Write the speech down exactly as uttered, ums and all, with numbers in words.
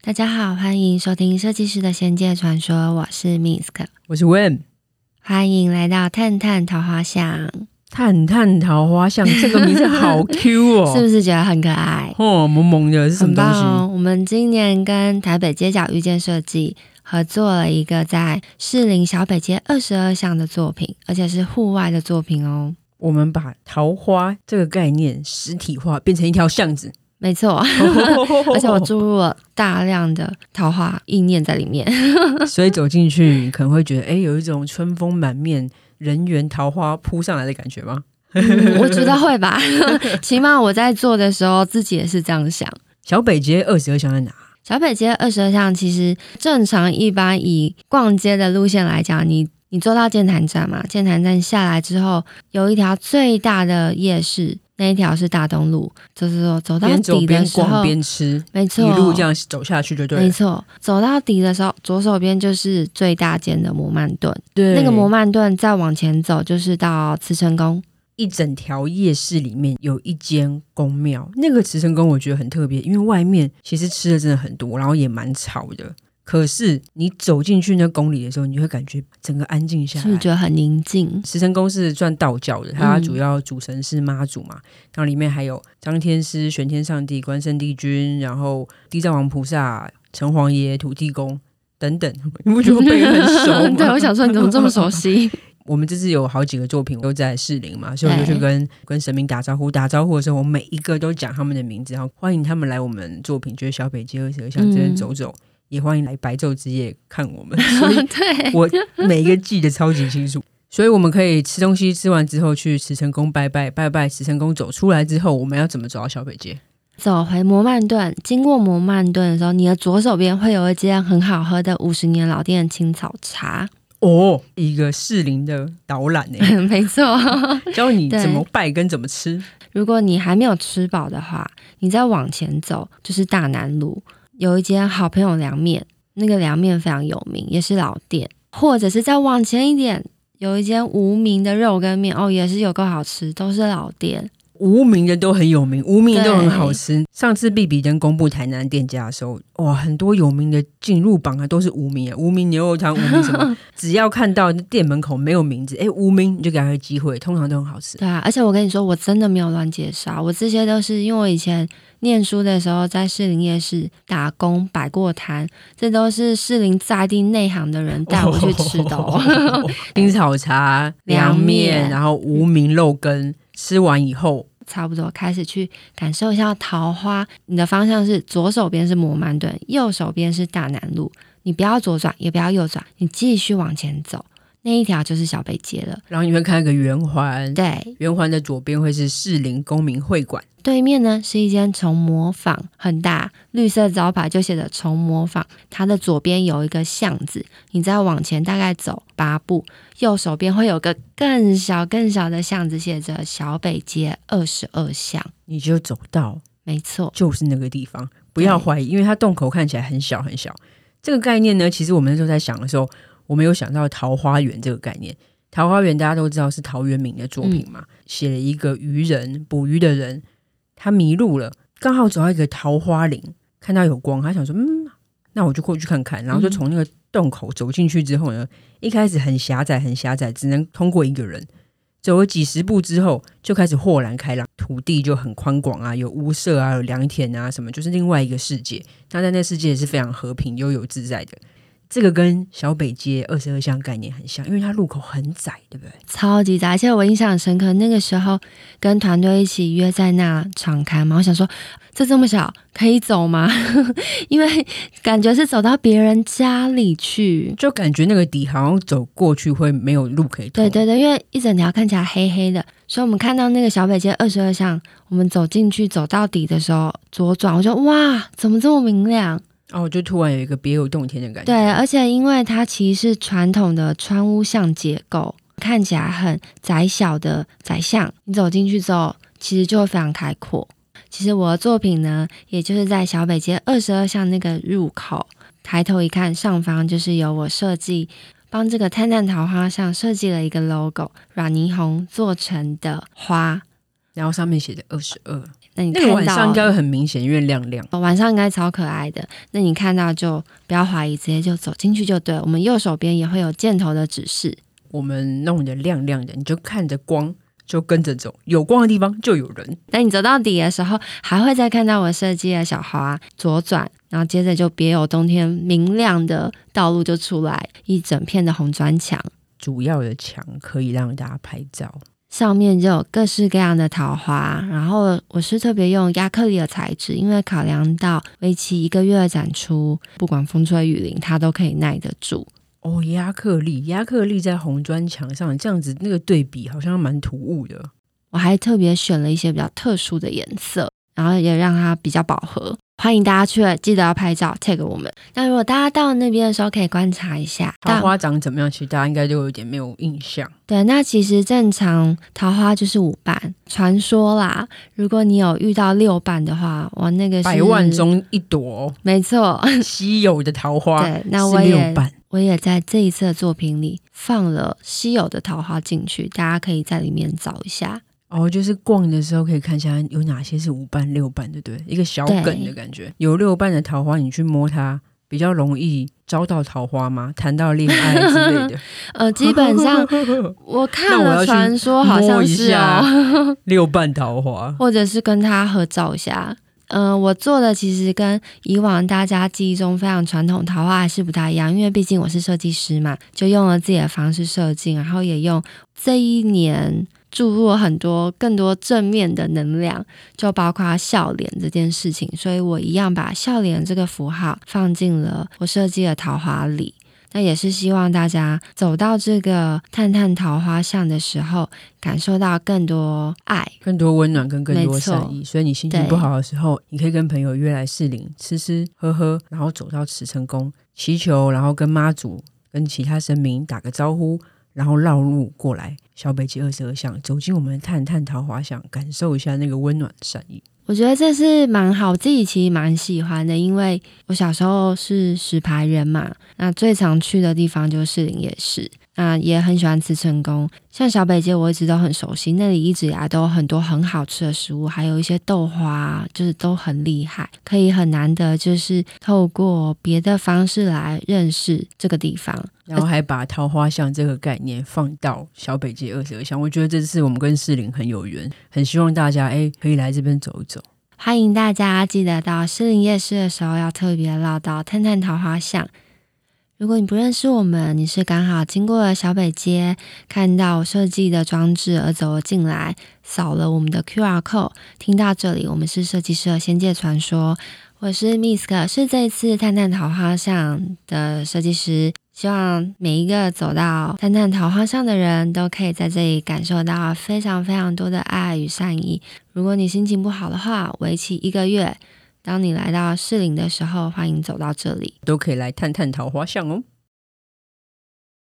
大家好，欢迎收听设计师的仙界传说，我是 Misk， 我是 Wim， 欢迎来到探探桃花巷。 探探桃花巷这个名字好 Q 哦， 是不是觉得很可爱？ 哦，萌萌的是什么东西？ 哦、我们今年跟台北街角遇见设计合作了一个在士林小北街二十二巷的作品，而且是户外的作品哦。 我们把桃花这个概念实体化，变成一条巷子。 没错，而且我注入了大量的桃花意念在里面， 所以走进去你可能会觉得，哎，有一种春风满面、人缘桃花扑上来的感觉吗？ 嗯、我觉得会吧，起码我在做的时候自己也是这样想。 小北街二十二巷在哪？ 小北街二十二巷其实正常一般以逛街的路线来讲，你你坐到剑潭站嘛，剑潭站下来之后有一条最大的夜市，那一条是大东路，就是说走到底的时候边逛边吃， 没错， 一路这样走下去就对了。 没错，走到底的时候左手边就是最大间的摩曼顿， 对， 那个摩曼顿再往前走就是到慈诚宫。 一整条夜市里面有一间宫庙，那个慈诚宫我觉得很特别，因为外面其实吃的真的很多，然后也蛮吵的，可是你走进去那宫里的时候，你会感觉整个安静下来， 是不是觉得很宁静？ 慈诚宫是算道教的，它主要主神是妈祖嘛，然后里面还有张天师、玄天上帝、关圣帝君，然后地藏王菩萨、城隍爷、土地公等等，你不觉得背得很熟吗？ 对，我想说你怎么这么熟悉？ 我们这次有好几个作品都在士林嘛，所以我就去跟跟神明打招呼。打招呼的时候，我每一个都讲他们的名字，然后欢迎他们来我们作品，就是小北街二十二巷这边走走，嗯、也欢迎来白昼之夜看我们。所以我每一个记得超级清楚。所以我们可以吃东西，吃完之后去慈诚宫拜拜，拜拜慈诚宫走出来之后，我们要怎么走到小北街？ 走回摩曼顿，经过摩曼顿的时候，你的左手边会有一间很好喝的五十年老店的青草茶。 哦，一个士林的导览欸没错， 教你怎么拜跟怎么吃。 如果你还没有吃饱的话，你再往前走就是大南路，有一间好朋友凉面，那个凉面非常有名，也是老店。或者是再往前一点，有一间无名的肉羹面，哦，也是有够好吃，都是老店。 无名的都很有名，无名的都很好吃。上次必比登公布台南店家的时候，哇，很多有名的进入榜啊都是无名啊，无名牛肉汤，无名什么，只要看到店门口没有名字，哎，无名你就给他个机会，通常都很好吃。 对啊，而且我跟你说，我真的没有乱介绍，我这些都是因为我以前念书的时候在士林夜市打工摆过摊，这都是士林在地内行的人带我去吃的哦。 青草茶、凉面，然后无名肉羹。吃完以后差不多开始去感受一下桃花，你的方向是左手边是摩曼顿，右手边是大南路，你不要左转也不要右转，你继续往前走，那一条就是小北街了。 然后你会看一个圆环， 对， 圆环的左边会是士林公民会馆， 对面呢是一间从模坊，很大，绿色招牌就写着从模坊，它的左边有一个巷子，你再往前大概走八步，右手边会有个更小更小的巷子，写着小北街二十二巷， 你就走到， 没错， 就是那个地方，不要怀疑，因为它洞口看起来很小很小。这个概念呢，其实我们那时候在想的时候，我们有想到桃花源这个概念。桃花源大家都知道是陶渊明的作品嘛，写、嗯、了一个渔人，捕鱼的人，他迷路了，刚好走到一个桃花林，看到有光，他想说，嗯，那我就过去看看，然后就从那个洞口走进去之后呢，一开始很狭窄很狭窄，只能通过一个人，走了几十步之后就开始豁然开朗，土地就很宽广啊，有屋舍啊，有良田啊什么，就是另外一个世界。那在那世界也是非常和平悠游自在的。这个跟小北街二十二巷概念很像，因为它路口很窄，对不对？ 超级窄，而且我印象很深刻，那个时候跟团队一起约在那场刊嘛，我想说这这么小可以走吗？因为感觉是走到别人家里去， 就感觉那个底好像走过去会没有路可以通。 对对对，因为一整条看起来黑黑的，所以我们看到那个小北街二十二巷，我们走进去走到底的时候左转，我就哇怎么这么明亮， 哦，就突然有一个别有洞天的感觉。 对，而且因为它其实是传统的川屋巷结构，看起来很窄小的窄巷，你走进去之后其实就会非常开阔。其实我的作品呢，也就是在小北街二十二巷那个入口，抬头一看，上方就是有我设计帮这个探探桃花巷设计了一个 logo， 软霓虹做成的花。 然后上面写的二十二。 那你看到那个晚上应该会很明显，因为亮亮。 晚上应该超可爱的。那你看到就不要怀疑，直接就走进去就对了。我们右手边也会有箭头的指示， 我们弄得亮亮的，你就看着光就跟着走，有光的地方就有人。 等你走到底的时候，还会再看到我设计的小花，左转，然后接着就别有洞天明亮的道路就出来，一整片的红砖墙， 主要的墙可以让大家拍照， 上面就有各式各样的桃花。然后我是特别用亚克力的材质，因为考量到为期一个月的展出，不管风吹雨淋它都可以耐得住。 哦，亚克力，亚克力在红砖墙上这样子，那个对比好像蛮突兀的。 我还特别选了一些比较特殊的颜色，然后也让它比较饱和。欢迎大家去了，记得要拍照 tag 我们。那如果大家到那边的时候，可以观察一下桃花长怎么样，其实大家应该都有点没有印象。 对，那其实正常桃花就是五瓣，传说啦，如果你有遇到六瓣的话，哇，那个是百万中一朵， 没错， 稀有的桃花。 对，那我也是六瓣。 我也在这一次的作品里放了稀有的桃花进去，大家可以在里面找一下。 哦，就是逛的时候可以看一下有哪些是五瓣六瓣，对不对？一个小梗的感觉。有六瓣的桃花，你去摸它，比较容易招到桃花吗？谈到恋爱之类的？ 呃，基本上我看了传说好像是哦， 六瓣桃花， 或者是跟他合照一下。嗯、呃，我做的其实跟以往大家记忆中非常传统桃花还是不太一样，因为毕竟我是设计师嘛，就用了自己的方式设计，然后也用这一年注入了很多更多正面的能量，就包括笑脸这件事情，所以我一样把笑脸这个符号放进了我设计的桃花里。那也是希望大家走到这个探探桃花巷的时候，感受到更多爱， 更多温暖跟更多善意。所以你心情不好的时候，你可以跟朋友约来士林吃吃喝喝，然后走到慈诚宫祈求，然后跟妈祖跟其他神明打个招呼，然后绕路过来小北街二十二巷，走进我们的探探桃花巷，感受一下那个温暖的善意。 我觉得这是蛮好，我自己其实蛮喜欢的，因为我小时候是石牌人嘛，那最常去的地方就是士林夜市，那也很喜欢慈诚宫。像小北街我一直都很熟悉，那里一直以来都有很多很好吃的食物，还有一些豆花，就是都很厉害，可以很难得就是透过别的方式来认识这个地方， 然后还把桃花巷这个概念放到小北街二十二巷。我觉得这次我们跟士林很有缘，很希望大家哎可以来这边走一走。 欢迎大家记得到士林夜市的时候要特别绕到探探桃花巷。如果你不认识我们，你是刚好经过了小北街，看到我设计的装置而走了进来，扫了我们的 Q R code， 听到这里，我们是设计师的仙界传说，我是 Misk， 是这一次探探桃花巷的设计师。希望每一个走到探探桃花巷的人都可以在这里感受到非常非常多的爱与善意。如果你心情不好的话，为期一个月，当你来到士林的时候，欢迎走到这里， 都可以来探探桃花巷哦。